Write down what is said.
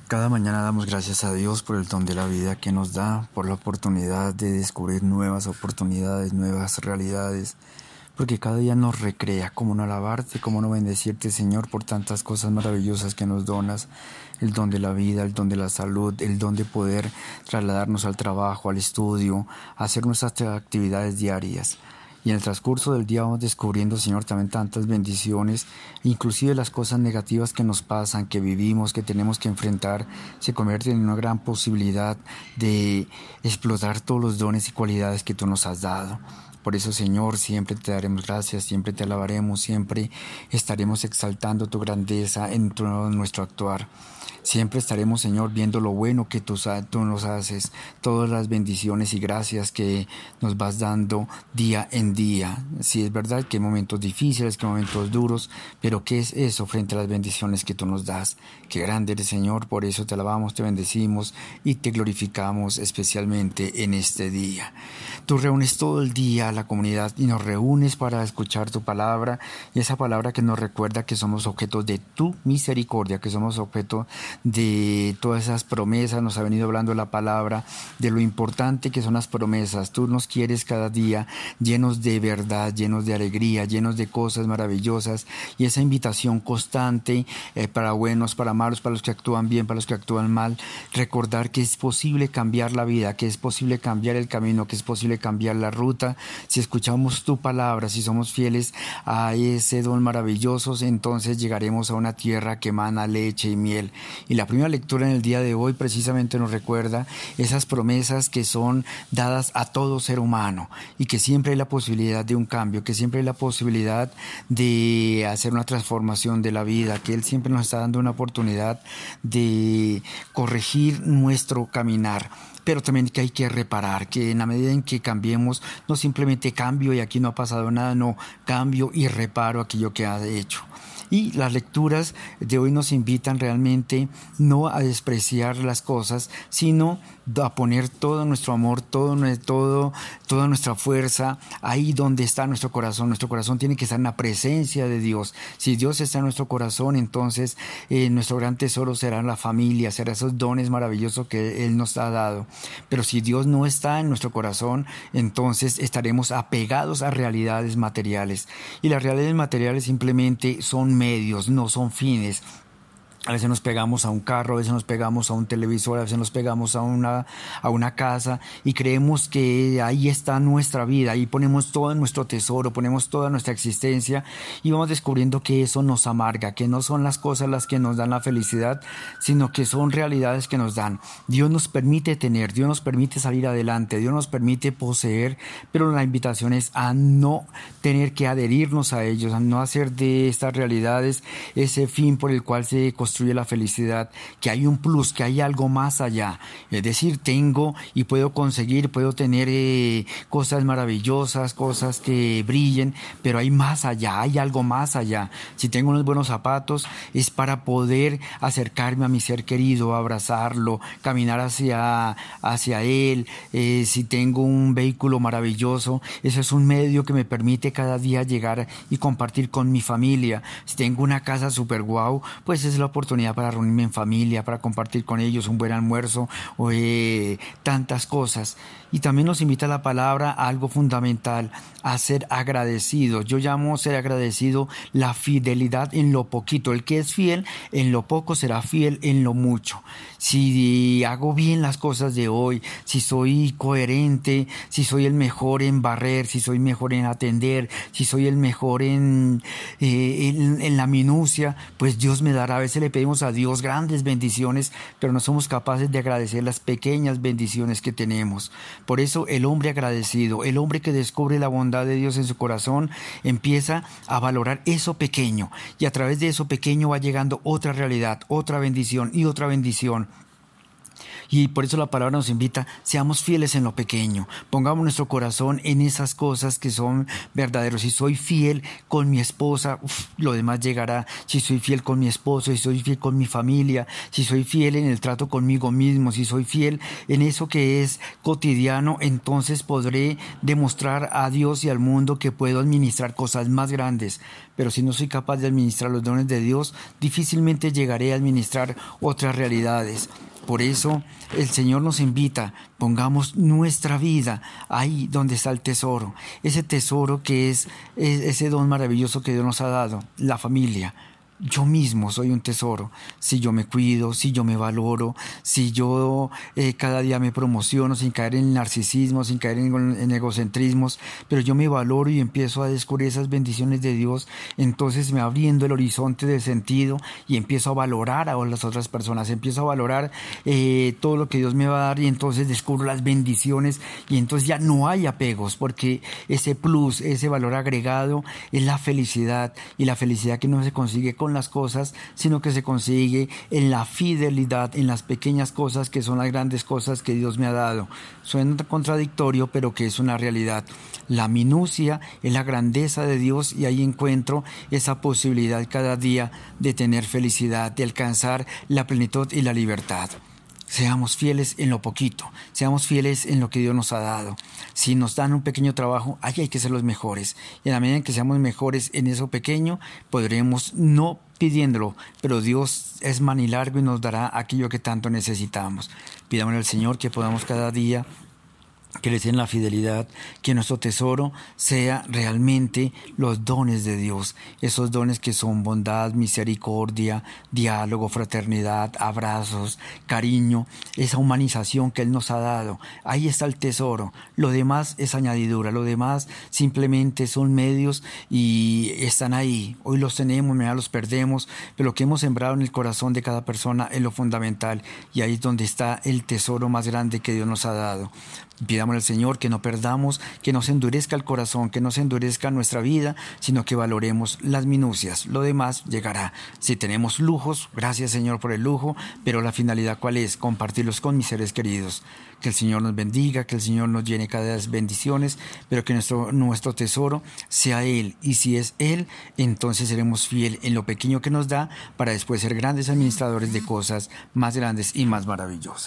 Cada mañana damos gracias a Dios por el don de la vida que nos da, por la oportunidad de descubrir nuevas oportunidades, nuevas realidades, porque cada día nos recrea cómo no alabarte, cómo no bendecirte, Señor, por tantas cosas maravillosas que nos donas, el don de la vida, el don de la salud, el don de poder trasladarnos al trabajo, al estudio, hacer nuestras actividades diarias. Y en el transcurso del día vamos descubriendo, Señor, también tantas bendiciones, inclusive las cosas negativas que nos pasan, que vivimos, que tenemos que enfrentar, se convierten en una gran posibilidad de explotar todos los dones y cualidades que tú nos has dado. Por eso, Señor, siempre te daremos gracias, siempre te alabaremos, siempre estaremos exaltando tu grandeza en todo nuestro actuar. Siempre estaremos, Señor, viendo lo bueno que tú nos haces, todas las bendiciones y gracias que nos vas dando día en día. Sí, es verdad que hay momentos difíciles, que hay momentos duros, pero ¿qué es eso frente a las bendiciones que tú nos das? Qué grande eres, Señor, por eso te alabamos, te bendecimos y te glorificamos especialmente en este día. Tú reúnes todo el día a la comunidad y nos reúnes para escuchar tu palabra, y esa palabra que nos recuerda que somos objetos de tu misericordia, que somos objeto de todas esas promesas. Nos ha venido hablando la palabra de lo importante que son las promesas. Tú nos quieres cada día llenos de verdad, llenos de alegría, llenos de cosas maravillosas, y esa invitación constante para buenos, para malos, para los que actúan bien, para los que actúan mal, recordar que es posible cambiar la vida, que es posible cambiar el camino, que es posible cambiar la ruta. Si escuchamos tu palabra, si somos fieles a ese don maravilloso, entonces llegaremos a una tierra que emana leche y miel. Y la primera lectura en el día de hoy precisamente nos recuerda esas promesas que son dadas a todo ser humano, y que siempre hay la posibilidad de un cambio, que siempre hay la posibilidad de hacer una transformación de la vida, que Él siempre nos está dando una oportunidad de corregir nuestro caminar. Pero también que hay que reparar, que en la medida en que cambiemos, no simplemente cambio y aquí no ha pasado nada, no, cambio y reparo aquello que ha hecho. Y las lecturas de hoy nos invitan realmente no a despreciar las cosas, sino a poner todo nuestro amor, toda nuestra fuerza ahí donde está nuestro corazón. Nuestro corazón tiene que estar en la presencia de Dios. Si Dios está en nuestro corazón, entonces nuestro gran tesoro será la familia, será esos dones maravillosos que Él nos ha dado. Pero si Dios no está en nuestro corazón, entonces estaremos apegados a realidades materiales. Y las realidades materiales simplemente son medios, no son fines. A veces nos pegamos a un carro, a veces nos pegamos a un televisor, a veces nos pegamos a una casa, y creemos que ahí está nuestra vida, ahí ponemos todo nuestro tesoro, ponemos toda nuestra existencia, y vamos descubriendo que eso nos amarga, que no son las cosas las que nos dan la felicidad, sino que son realidades que nos dan. Dios nos permite tener, Dios nos permite salir adelante, Dios nos permite poseer, pero la invitación es a no tener que adherirnos a ellos, a no hacer de estas realidades ese fin por el cual se construye la felicidad, que hay un plus, que hay algo más allá. Es decir, tengo y puedo conseguir, puedo tener cosas maravillosas, cosas que brillen, pero hay más allá, hay algo más allá. Si tengo unos buenos zapatos, es para poder acercarme a mi ser querido, abrazarlo, caminar hacia él. Si tengo un vehículo maravilloso, eso es un medio que me permite cada día llegar y compartir con mi familia. Si tengo una casa super guau, pues es la oportunidad para reunirme en familia, para compartir con ellos un buen almuerzo, o tantas cosas. Y también nos invita la palabra a algo fundamental, a ser agradecido. Yo llamo ser agradecido la fidelidad en lo poquito. El que es fiel en lo poco será fiel en lo mucho. Si hago bien las cosas de hoy, si soy coherente, si soy el mejor en barrer, si soy mejor en atender, si soy el mejor en la minucia, pues Dios me dará. A veces le pedimos a Dios grandes bendiciones, pero no somos capaces de agradecer las pequeñas bendiciones que tenemos. Por eso el hombre agradecido, el hombre que descubre la bondad de Dios en su corazón, empieza a valorar eso pequeño, y a través de eso pequeño va llegando otra realidad, otra bendición y otra bendición. Y por eso la palabra nos invita, seamos fieles en lo pequeño, pongamos nuestro corazón en esas cosas que son verdaderos. Si soy fiel con mi esposa, lo demás llegará. Si soy fiel con mi esposo, si soy fiel con mi familia, si soy fiel en el trato conmigo mismo, si soy fiel en eso que es cotidiano, entonces podré demostrar a Dios y al mundo que puedo administrar cosas más grandes. Pero si no soy capaz de administrar los dones de Dios, difícilmente llegaré a administrar otras realidades. Por eso el Señor nos invita, pongamos nuestra vida ahí donde está el tesoro. Ese tesoro que es ese don maravilloso que Dios nos ha dado, la familia. Yo mismo soy un tesoro. Si yo me cuido, si yo me valoro, si yo cada día me promociono sin caer en narcisismo, sin caer en egocentrismos, pero yo me valoro y empiezo a descubrir esas bendiciones de Dios, entonces me va abriendo el horizonte de sentido y empiezo a valorar a las otras personas, empiezo a valorar todo lo que Dios me va a dar y entonces descubro las bendiciones y entonces ya no hay apegos porque ese plus, ese valor agregado es la felicidad y la felicidad que no se consigue con las cosas, sino que se consigue en la fidelidad, en las pequeñas cosas que son las grandes cosas que Dios me ha dado. Suena contradictorio, pero que es una realidad. La minucia es la grandeza de Dios y ahí encuentro esa posibilidad cada día de tener felicidad, de alcanzar la plenitud y la libertad. Seamos fieles en lo poquito, seamos fieles en lo que Dios nos ha dado. Si nos dan un pequeño trabajo, ahí hay que ser los mejores. Y a la medida en que seamos mejores en eso pequeño, podremos, no pidiéndolo, pero Dios es manilargo y nos dará aquello que tanto necesitamos. Pidámosle al Señor que podamos cada día crecer en la fidelidad, que nuestro tesoro sea realmente los dones de Dios, esos dones que son bondad, misericordia, diálogo, fraternidad, abrazos, cariño, esa humanización que Él nos ha dado. Ahí está el tesoro, lo demás es añadidura, lo demás simplemente son medios y están ahí. Hoy los tenemos, mañana los perdemos, pero lo que hemos sembrado en el corazón de cada persona es lo fundamental y ahí es donde está el tesoro más grande que Dios nos ha dado. Pidámosle al Señor que no perdamos, que no se endurezca el corazón, que no se endurezca nuestra vida, sino que valoremos las minucias. Lo demás llegará. Si tenemos lujos, gracias Señor por el lujo, pero la finalidad ¿cuál es? Compartirlos con mis seres queridos. Que el Señor nos bendiga, que el Señor nos llene cada vez bendiciones, pero que nuestro tesoro sea Él. Y si es Él, entonces seremos fieles en lo pequeño que nos da para después ser grandes administradores de cosas más grandes y más maravillosas.